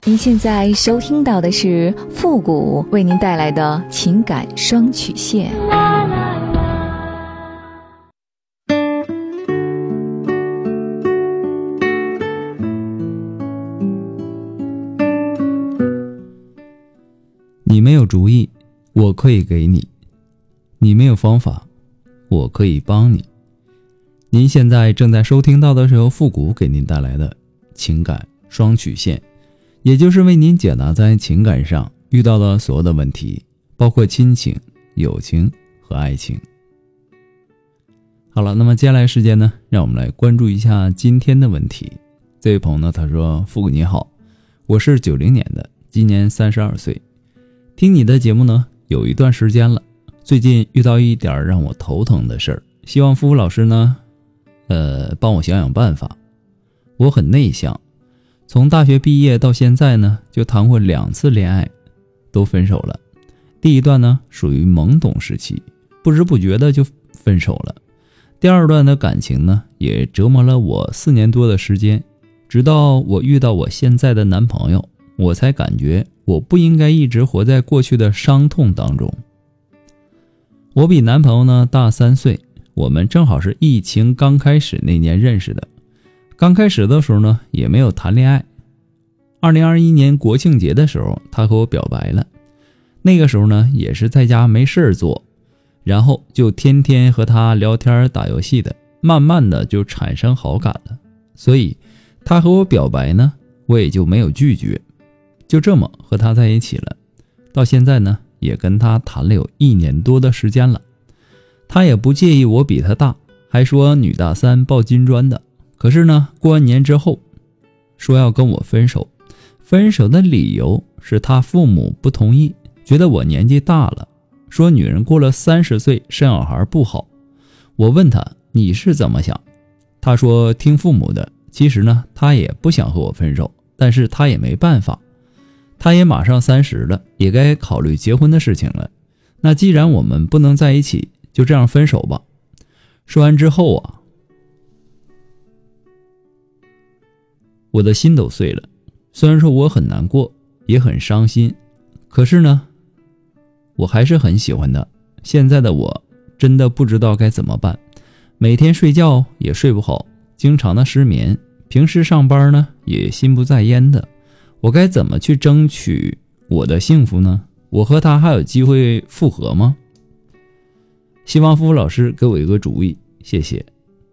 您现在收听到的是复古为您带来的情感双曲线。 你没有主意，我可以给你；你没有方法，我可以帮你。您现在正在收听到的是由复古给您带来的情感双曲线，也就是为您解答在情感上遇到的所有的问题，包括亲情、友情和爱情。好了，那么接下来时间呢，让我们来关注一下今天的问题。这位朋友呢，他说：复古你好，我是90年的，今年32岁，听你的节目呢有一段时间了，最近遇到一点让我头疼的事儿，希望复古老师呢帮我想想办法。我很内向，从大学毕业到现在呢，就谈过2次恋爱，都分手了。第一段呢属于懵懂时期，不知不觉的就分手了。第二段的感情呢也折磨了我4年多的时间，直到我遇到我现在的男朋友，我才感觉我不应该一直活在过去的伤痛当中。我比男朋友呢大3岁，我们正好是疫情刚开始那年认识的。刚开始的时候呢也没有谈恋爱。2021年国庆节的时候，他和我表白了。那个时候呢也是在家没事做，然后就天天和他聊天打游戏的，慢慢的就产生好感了。所以他和我表白呢，我也就没有拒绝，就这么和他在一起了。到现在呢也跟他谈了有1年多的时间了。他也不介意我比他大，还说女大3抱金砖的。可是呢过完年之后说要跟我分手，分手的理由是他父母不同意，觉得我年纪大了，说女人过了30岁生小孩不好。我问他你是怎么想，他说听父母的。其实呢他也不想和我分手，但是他也没办法，他也马上30了，也该考虑结婚的事情了。那既然我们不能在一起，就这样分手吧。说完之后啊，我的心都碎了。虽然说我很难过也很伤心，可是呢我还是很喜欢他。现在的我真的不知道该怎么办，每天睡觉也睡不好，经常的失眠，平时上班呢也心不在焉的。我该怎么去争取我的幸福呢？我和他还有机会复合吗？希望复古老师给我一个主意，谢谢。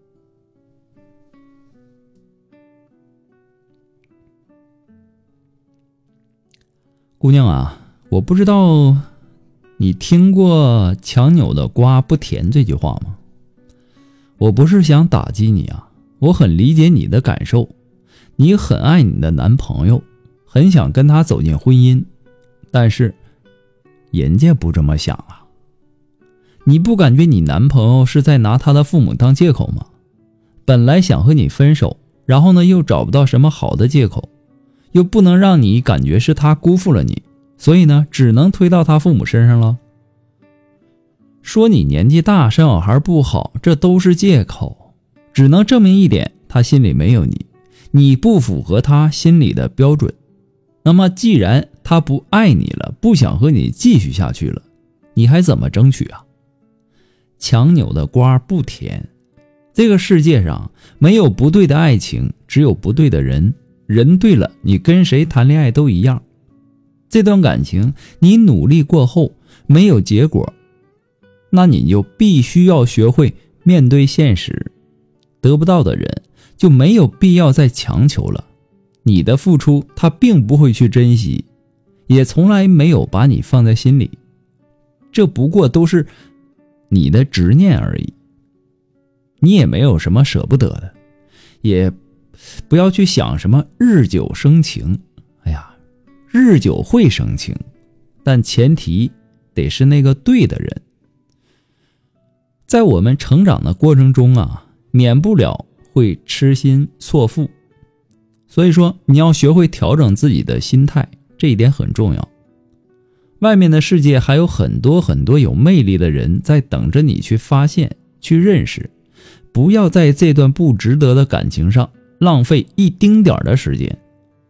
姑娘啊，我不知道你听过强扭的瓜不甜这句话吗？我不是想打击你啊，我很理解你的感受，你很爱你的男朋友，很想跟他走进婚姻，但是人家不这么想啊。你不感觉你男朋友是在拿他的父母当借口吗？本来想和你分手，然后呢又找不到什么好的借口，又不能让你感觉是他辜负了你，所以呢只能推到他父母身上了。说你年纪大生小孩不好，这都是借口，只能证明一点，他心里没有你，你不符合他心里的标准。那么既然他不爱你了，不想和你继续下去了，你还怎么争取啊？强扭的瓜不甜，这个世界上没有不对的爱情，只有不对的人。人对了，你跟谁谈恋爱都一样。这段感情你努力过后没有结果，那你就必须要学会面对现实。得不到的人就没有必要再强求了，你的付出他并不会去珍惜，也从来没有把你放在心里，这不过都是你的执念而已。你也没有什么舍不得的，也不要去想什么日久生情。哎呀，日久会生情，但前提得是那个对的人。在我们成长的过程中啊，免不了会痴心错付，所以说你要学会调整自己的心态，这一点很重要。外面的世界还有很多很多有魅力的人在等着你去发现去认识，不要在这段不值得的感情上浪费一丁点的时间。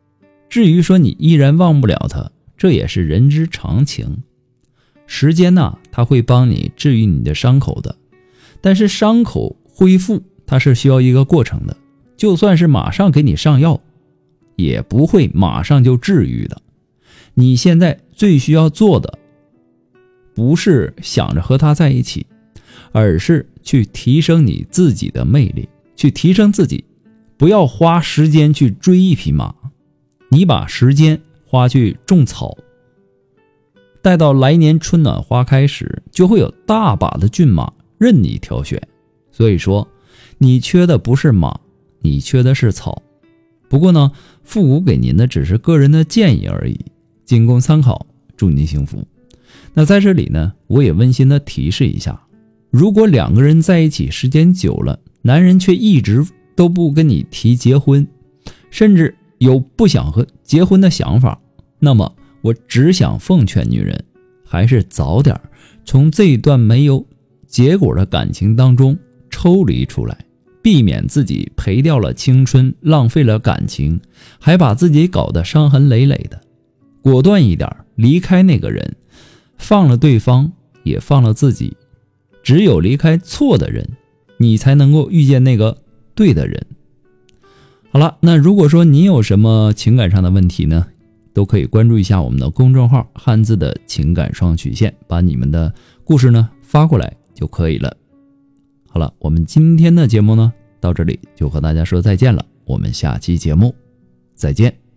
至于说你依然忘不了他，这也是人之常情。时间呢，它会帮你治愈你的伤口的，但是伤口恢复它是需要一个过程的，就算是马上给你上药，也不会马上就治愈的。你现在最需要做的，不是想着和他在一起，而是去提升你自己的魅力，去提升自己。不要花时间去追一匹马，你把时间花去种草，待到来年春暖花开时，就会有大把的骏马任你挑选。所以说，你缺的不是马，你缺的是草。不过呢，复古给您的只是个人的建议而已，仅供参考，祝您幸福。那在这里呢，我也温馨的提示一下，如果两个人在一起时间久了，男人却一直都不跟你提结婚，甚至有不想和结婚的想法，那么我只想奉劝女人，还是早点从这一段没有结果的感情当中抽离出来，避免自己赔掉了青春，浪费了感情，还把自己搞得伤痕累累的。果断一点，离开那个人，放了对方，也放了自己。只有离开错的人，你才能够遇见那个对的人。好了，那如果说你有什么情感上的问题呢，都可以关注一下我们的公众号汉字的情感双曲线，把你们的故事呢发过来就可以了。好了，我们今天的节目呢到这里就和大家说再见了，我们下期节目再见。